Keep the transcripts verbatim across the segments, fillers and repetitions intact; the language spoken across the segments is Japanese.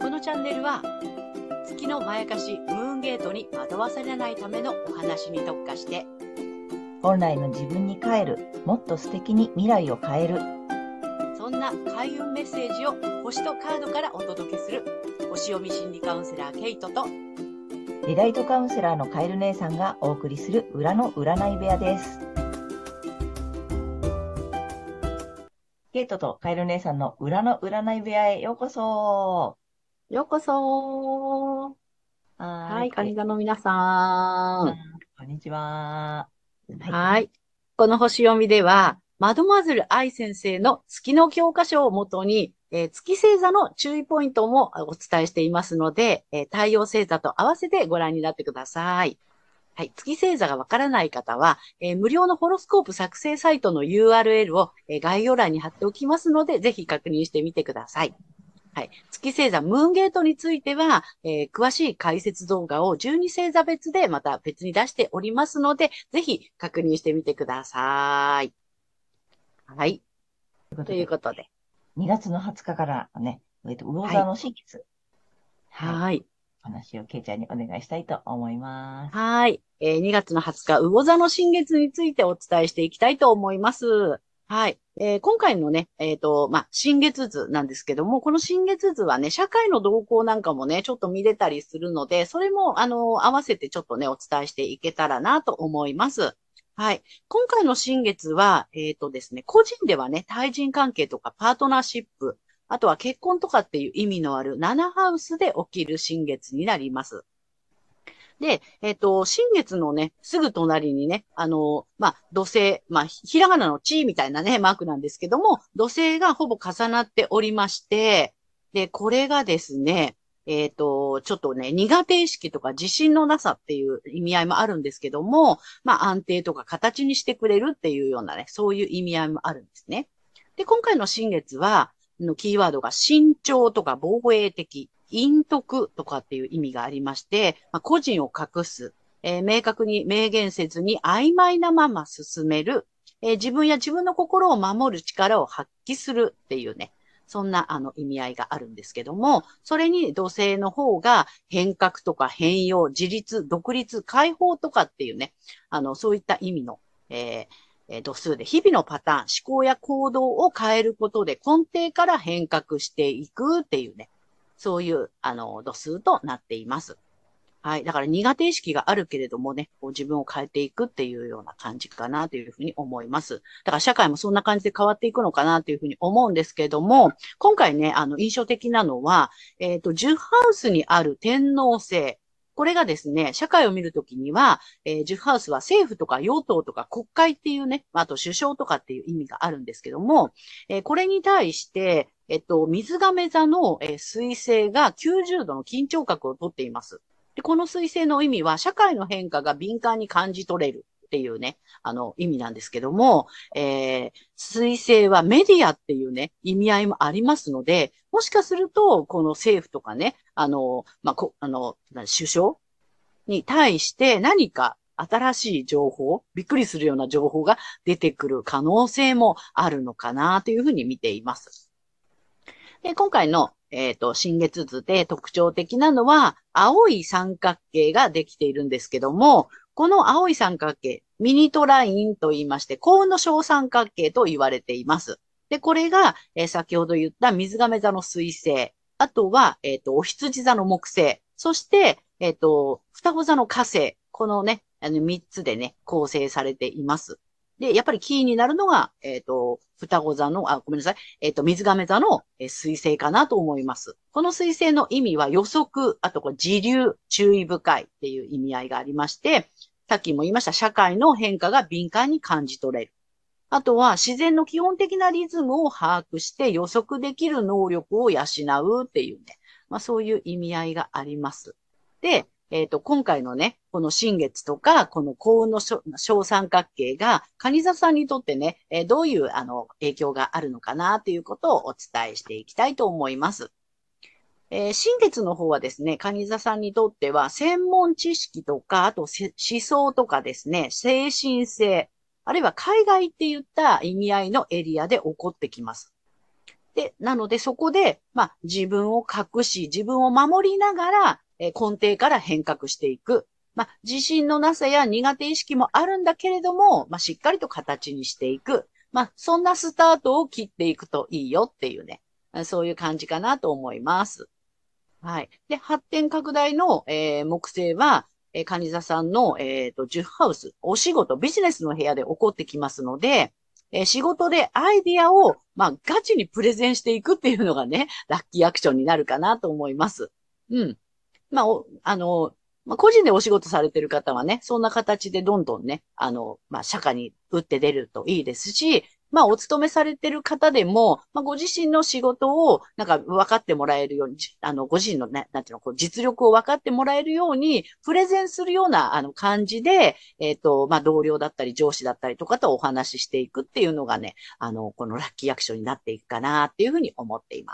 このチャンネルは月のまやかしムーンゲートに惑わされないためのお話に特化して、 本来の自分に帰る、もっと素敵に未来を変える、 そんな開運メッセージを星とカードからお届けする星読み心理カウンセラーケイトとリライトカウンセラーのカエル姉さんがお送りする裏の占い部屋です。ケイトとカエル姉さんの裏の占い部屋へようこそ。 ようこそ。 ははい、カニ座の皆さん。 こんにちは。 はい。はい。この星読みでは、マドマズル愛先生の月の教科書をもとに、えー、月星座の注意ポイントもお伝えしていますので、えー、太陽星座と合わせてご覧になってください。はい。月星座がわからない方は、えー、無料のホロスコープ作成サイトの ユーアールエル を、えー、概要欄に貼っておきますので、ぜひ確認してみてください。はい。月星座ムーンゲートについては、えー、詳しい解説動画をじゅうに星座別でまた別に出しておりますので、ぜひ確認してみてください。はい。ということで。 にがつのはつかからね、えっと、魚座の新月。 はい。はい。 話をケイちゃんにお願いしたいと思います。 はい。えー、にがつのはつか、魚座の新月についてお伝えしていきたいと思います。はい。えー、今回のね、えっと、まあ、新月図なんですけども、この新月図はね、社会の動向なんかもね、ちょっと見れたりするので、それも、あの、合わせてちょっとね、お伝えしていけたらなと思います。はい。今回の新月は、えっとですね、個人ではね、対人関係とかパートナーシップ、あとは結婚とかっていう意味のあるななハウスで起きる新月になります。で、えっと、新月のね、すぐ隣にね、あの、まあ、土星、まあ、ひらがなの地みたいなね、マークなんですけども、土星がほぼ重なっておりまして、で、これがですね、えっと、ちょっとね、苦手意識とか自信のなさっていう意味合いもあるんですけども、まあ、安定とか形にしてくれるっていうようなね、そういう意味合いもあるんですね。で、今回の新月は、のキーワードが慎重とか防衛的、陰徳とかっていう意味がありまして、まあ、個人を隠す、えー、明確に明言せずに曖昧なまま進める、えー、自分や自分の心を守る力を発揮するっていうね、そんなあの意味合いがあるんですけども、それに土星の方が変革とか変容、自立、独立、解放とかっていうね、あの、そういった意味の、えーえー、度数で日々のパターン、思考や行動を変えることで根底から変革していくっていうね、そういう、あの、度数となっています。はい。だから苦手意識があるけれどもね、こう自分を変えていくっていうような感じかなというふうに思います。だから社会もそんな感じで変わっていくのかなというふうに思うんですけれども、今回ね、あの、印象的なのは、えっと、じゅうハウスにある天王星。これがですね、社会を見るときには、えー、じゅうハウスは政府とか与党とか国会っていうね、あと首相とかっていう意味があるんですけども、えー、これに対して、えっと、水亀座の、えー、水星がきゅうじゅうどの緊張角をとっています。で、この水星の意味は、社会の変化が敏感に感じ取れるっていうね、あの、意味なんですけども、えー、水星はメディアっていうね、意味合いもありますので、もしかすると、この政府とかね、あの、まあ、こ、あの、首相に対して何か新しい情報、びっくりするような情報が出てくる可能性もあるのかなというふうに見ています。で、今回の、えっと、新月図で特徴的なのは、青い三角形ができているんですけども、この青い三角形、ミニトラインと言いまして、幸運の小三角形と言われています。で、これが、えー、先ほど言った水亀座の水星、あとは、えっと、お羊座の木星、そして、えっと、双子座の火星、このね、あの三つでね、構成されています。で、やっぱりキーになるのが、えっと、双子座の、あ、ごめんなさい。えっと、水亀座の水星かなと思います。この水星の意味は予測、あとこれ自流、注意深いっていう意味合いがありまして、さっきも言いました、社会の変化が敏感に感じ取れる。あとは自然の基本的なリズムを把握して予測できる能力を養うっていうね、まあそういう意味合いがあります。で、えっと、今回のね、この新月とか、この幸運の小三角形が、蟹座さんにとってね、えー、どういう、あの、影響があるのかなということをお伝えしていきたいと思います。えー、新月の方はですね、蟹座さんにとっては、専門知識とか、あと思想とかですね、精神性、あるいは海外っていった意味合いのエリアで起こってきます。 で、なのでそこで、まあ自分を隠し、自分を守りながら、えー根底から変革していく。まあ自信のなさや苦手意識もあるんだけれども、まあしっかりと形にしていく。まあそんなスタートを切っていくといいよっていうね、そういう感じかなと思います。はい。で、発展拡大の、えー木星は、えー、カニ座さんの、えっと、じゅうハウス、お仕事、ビジネスの部屋で起こってきますので、えー仕事でアイディアを、まあ、ガチにプレゼンしていくっていうのがね、ラッキーアクションになるかなと思います。うん。まあ、お、あの、まあ、個人でお仕事されてる方はね、そんな形でどんどんね、あの、まあ、社会に打って出るといいですし、まあ、お勤めされてる方でも、まあ、ご自身の仕事を、なんか、分かってもらえるように、じあの、ご自身のね、なんていうの、こう、実力を分かってもらえるように、プレゼンするような、あの、感じで、えっと、まあ、同僚だったり、上司だったりとかとお話ししていくっていうのがね、あの、このラッキーアクションになっていくかなっていうふうに思っています。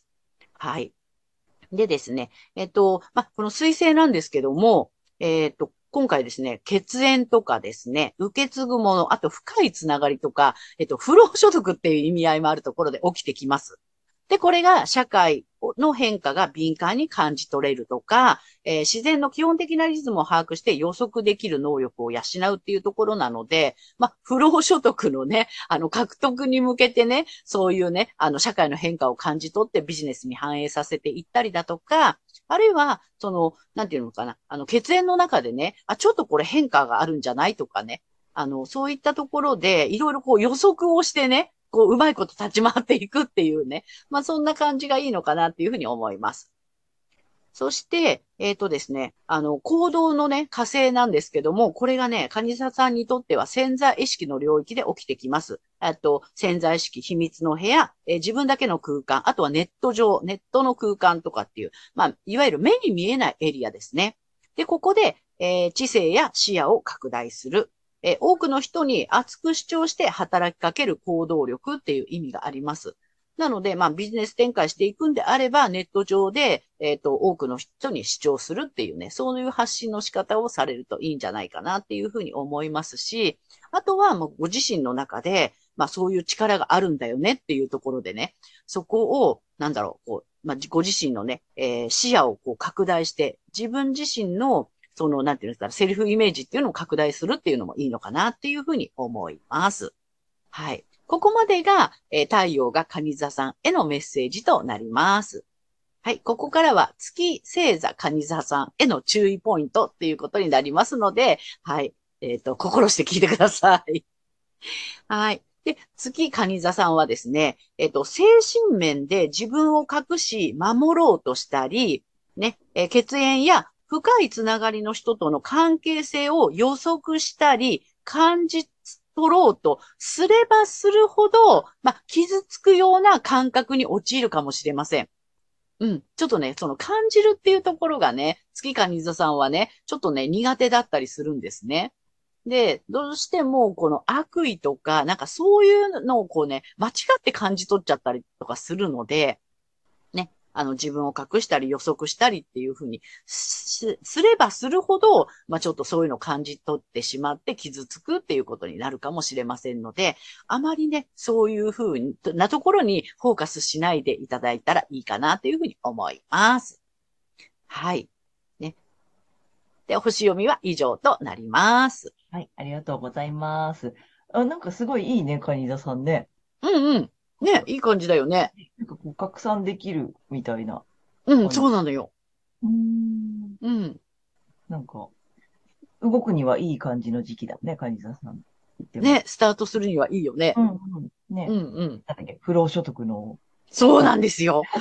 はい。でですね、えっと、まあ、この彗星なんですけども、えっと、今回ですね、血縁とかですね、受け継ぐもの、あと深いつながりとか、えっと、不労所得っていう意味合いもあるところで起きてきます。で、これが社会の変化が敏感に感じ取れるとか、えー自然の基本的なリズムを把握して予測できる能力を養うっていうところなので、まあ、不労所得のね、あの、獲得に向けてね、そういうね、あの、社会の変化を感じ取ってビジネスに反映させていったりだとか、あるいは、その、なんていうのかな、あの、血縁の中でね、あ、ちょっとこれ変化があるんじゃないとかね、あの、そういったところで、いろいろこう予測をしてね、こう、うまいこと立ち回っていくっていうね、まあ、そんな感じがいいのかなっていうふうに思います。そして、えっとですね、あの、行動のね、火星なんですけども、これがね、カニサさんにとっては潜在意識の領域で起きてきます。えっと、潜在意識、秘密の部屋、えー自分だけの空間、あとはネット上、ネットの空間とかっていう、まあ、いわゆる目に見えないエリアですね。で、ここで、えー知性や視野を拡大する。えー多くの人に熱く主張して働きかける行動力っていう意味があります。なので、まあ、ビジネス展開していくんであれば、ネット上で、えっと、多くの人に主張するっていうね、そういう発信の仕方をされるといいんじゃないかなっていうふうに思いますし、あとは、もうご自身の中で、まあ、そういう力があるんだよねっていうところでね、そこを、なんだろう、こう、まあ、ご自身のね、えー視野をこう拡大して、自分自身の、その、なんていうんですか、セルフイメージっていうのを拡大するっていうのもいいのかなっていうふうに思います。はい。ここまでが、えー太陽が蟹座さんへのメッセージとなります。はい。ここからは月星座蟹座さんへの注意ポイントっていうことになりますので、はい。えっと、心して聞いてください。はい。で、月蟹座さんはですね、えっと、精神面で自分を隠し、守ろうとしたり、ね、えー血縁や深いつながりの人との関係性を予測したり、感じ取ろうとすればするほど、まあ、傷つくような感覚に陥るかもしれません。うん。ちょっとね、その感じるっていうところがね、月蟹座さんはね、ちょっとね、苦手だったりするんですね。で、どうしても、この悪意とか、なんかそういうのをこうね、間違って感じ取っちゃったりとかするので、ね、あの自分を隠したり予測したりっていうふうにす、すればするほど、まあちょっとそういうのを感じ取ってしまって傷つくっていうことになるかもしれませんので、あまりね、そういうふうなところにフォーカスしないでいただいたらいいかなというふうに思います。はい。ね。で、星読みは以上となります。 はい、ありがとうございます。あ、なんかすごいいいね、カニ座さんね。 うんうん。ね、いい感じだよね。 なんかこう拡散できるみたいなうん、 感じ。 そうなのよ。 うーん。 うん。 なんか、動くにはいい感じの時期だね、カニ座さん。言っても。 ね、スタートするにはいいよね。 うんうん。ね。 うんうん。 なんだっけ、不労所得の、 そうなんですよ。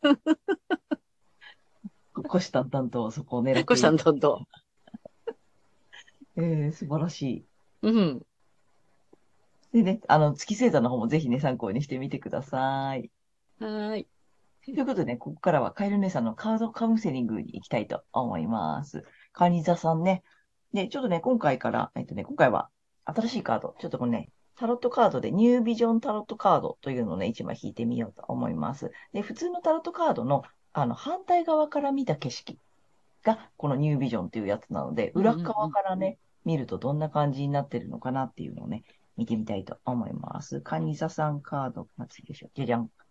虎視眈々とそこを狙っこさんている。 どんどえー、素晴らしい。 ん。うん。 でね、あの、月星座の方もぜひね、参考にしてみてください。 はーい。 ということでね、ここからはカエル姉さんのカードカウンセリングに行きたいと思います。カニ座さんね。で、ちょっとね、今回から、えっとね、今回は新しいカード、ちょっとこのね、タロットカードでニュービジョンタロットカードというのをね、一枚引いてみようと思います。で、普通のタロットカードの、あの、反対側から見た景色が、このニュービジョンというやつなので、 うんう裏側んうん。 からね、見るとどんな感じになってるのかなっていうのをね、見てみたいと思います。カニ座さんカードがついてしょ。じゃじゃん。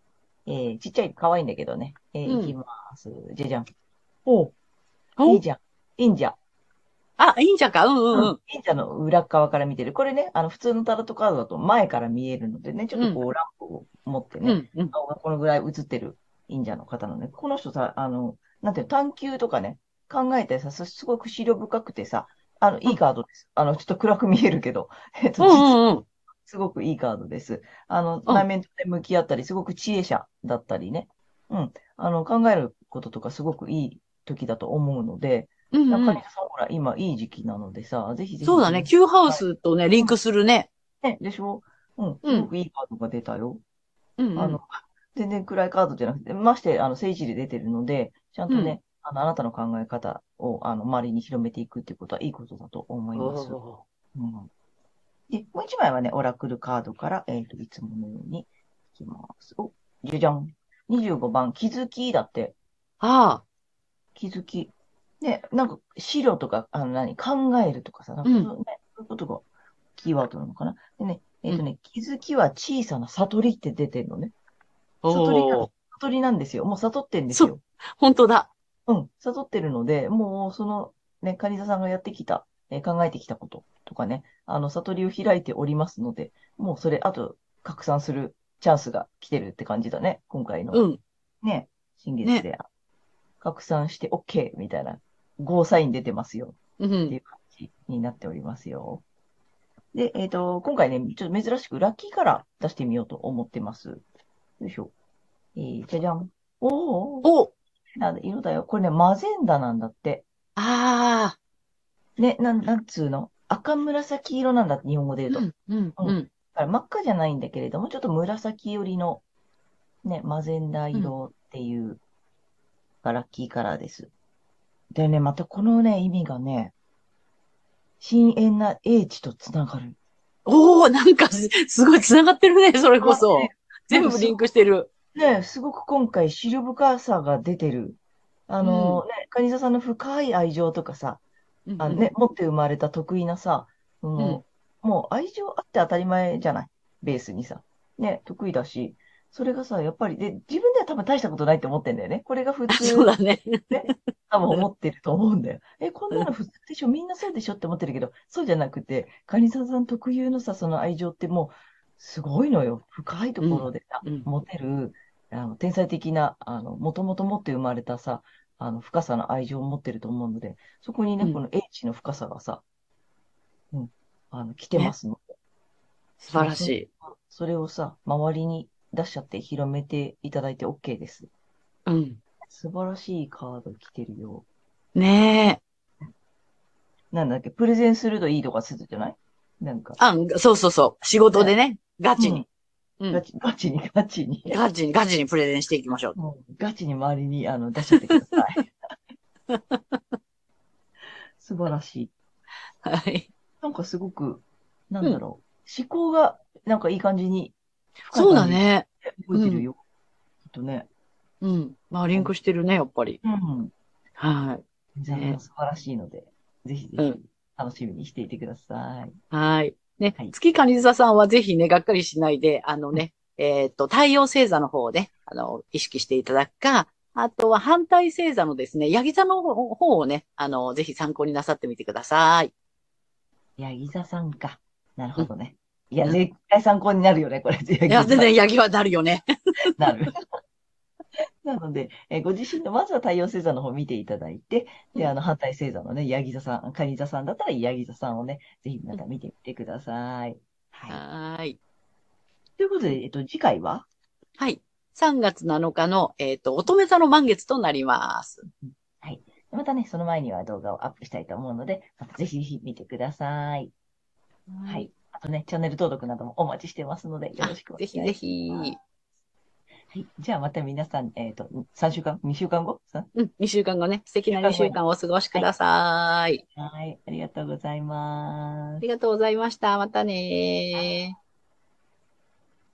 えー、ちっちゃい、可愛いんだけどね。えー、 うん。 いきます。じゃじゃん。おう、いいお、 じゃん。忍者。 あ、いいんじゃんか。うんううん。 んうん。 忍者の裏側から見てる。これね、あの、普通のタロットカードだと前から見えるのでね、ちょっうん、 とこう、ランプを持ってね、 うん、うん、 顔がこのぐらい映ってる忍者の方なので、この人さ、あの、なんていうの、探求とかね、考えてさ、すすごく資料深くてさ、あの、いいうん、 カードです。あの、ちょっと暗く見えるけど、えっと、 うん、 実はうん、 すごくいいカードです。あの、 うん、 内面と向き合ったり、すごく知恵者だったりね。うん。あの、考えることとかすごくいい時だと思うので、 うん、うん。 中西さん、ほら、今いい時期なのでさ、ぜひぜひそうだね。 自分、 Q ハウスとね、リンクするね。 ね、でしょ？うん、 うん、 すごくいいカードが出たよ。 うん、うあの、 ん、 全然暗いカードじゃなくて、まして、あの、聖地で出てるので、ちゃんうん。 とね、あの、あなたの考え方を、あの、周りに広めていくっていうことはいいことだと思いおます。 ー。 うん。で、もう一枚はね、オラクルカードから、えっと、いつものようにいきます。お、じゃじゃん。にじゅうごばん、気づきだって、 ああ、 気づき。ね、なんか、資料とか、あの、何、考えるとかさ、なんうん、 かそう、ね、そういうことがキーワードなのかな。でね、えうん。 っとね、気づきは小さな悟りって出てるのね。悟りな、 おー。 悟りなんですよ。もう悟ってんですそう、 よ。 本当だ。 うん、悟ってるので、もう、その、ね、カニ座さんがやってきた、えー考えてきたこととかね、あの、悟りを開いておりますので、もうそれ、あと、拡散するチャンスが来てるって感じだね。今回の、 うん。 ね、新月ね。 で拡散して OK みたいな、ゴーサイン出てますようん。 っていう感じになっておりますよ。で、えっと、今回ね、ちょっと珍しくラッキーカラー出してみようと思ってます。よいしょ。えー、じゃじゃん。おー、 お、 なん色だよ。これね、マゼンダなんだって。 ああ、 ね、なん、なんつうの赤紫色なんだって、日本語で言うと。 うん、うん、 うん。だうん、 から真っ赤じゃないんだけれども、ちょっと紫寄りのね、マゼンダうん。 色っていうがラッキーカラーです。でね、またこのね、意味がね、深遠な英知とつながる。 おお、なんかす、すごい繋がってるね、それこそ。 なん全部リンかすごくクしてる。 ね、すごく今回、資料深さが出てる。あうん、 のね、カニ座さんの深い愛情とかさ、 うん、うん、 あのね、持って生まれた得意なさ、 うん、 もう、もう愛情あって当たり前じゃない。ベースにさ。ね、得意だし、それがさ、やっぱり、で、自分では多分大したことないって思ってんだよね。これが普あ、そう通だね。 ね、多分うん、 思ってると思うんだよ。え、こんうん、 なの普通でしょみんなそうでしょって思ってるけど、そうじゃなくて、カニサさん特有のさ、その愛情ってもう、すごいのよ。深いところでさ、 うん。 持てる、あの、天才的な、あの、もともと持って生まれたさ、あの、深さの愛情を持ってると思うので、そこにね、こうん。 の英知の深さがさ、うん、あの、来てまね。 すので、 素晴もうそれ、 らしい。 それをさ、周りに出しちゃって広めていただいて OK です。 うん。 素晴らしいカード来てるよ。 ねえ。 なんだっけ、プレゼンするといいとかするじゃない？なんか、 あ、そうそうそう。仕事ね。 でね、ガチに。 うん。 うん。 ガチ、ガチに、ガチに。 ガチに、ガチにプレゼンしていきましょう。 もう、ガチに周りに、あの、出しちゃってください。素晴らしい。 はい。 なんかすごく、なうん。 んだろう。思考が、なんかいい感じに、深いそう感じにだね。うん。 動いてるよ。きっとね。 うん。まあ、リンうん。 クしてるね、やっぱり。 うん。 はい。 皆さんね。 素晴らしいので、ぜひぜひ、 うん。 楽しみにしていてください。 はい。ね。 はい。 月蟹座さんはぜひね、がっかりしないで、あのうん。 ね、えっと、太陽星座の方をね、あの、意識していただくか、あとは反対星座のですね、ヤギ座の方方をね、あの、ぜひ参考になさってみてください。 いや、ギザさんか。なるうん。 ほどね。いや、 うん。 絶対参考になるよね、これ、ヤいや、全然ギ座。 ヤギはなるよね。 なる。なので、えーご自身のまずは太陽星座の方を見ていただいて、で、あうん。 の、反対星座のね、ヤギ座さん、カニ座さんだったらヤギ座さんをね、ぜひまうん。 た見てみてください。はい。 はーい。 ということで、えっと、次回は？ はい。さんがつなのかの、えっと、乙女座の満月となります。 うん、はい。またね、その前には動画をアップしたいと思うので、またぜひぜひ見てください。 はい。 はい。あとね、チャンネル登録などもお待ちしてますので、よろあ、 しくおぜひぜ願いします。 ひ。 はい。じゃあまた皆さん、えっと、さんしゅうかん、にしゅうかんご？ さんうん。にしゅうかんごね、素敵週な2週間後に。 間をお過ごしくはい。 ださい。 はい。ありがとうございます。 ありがとうございました。またねー。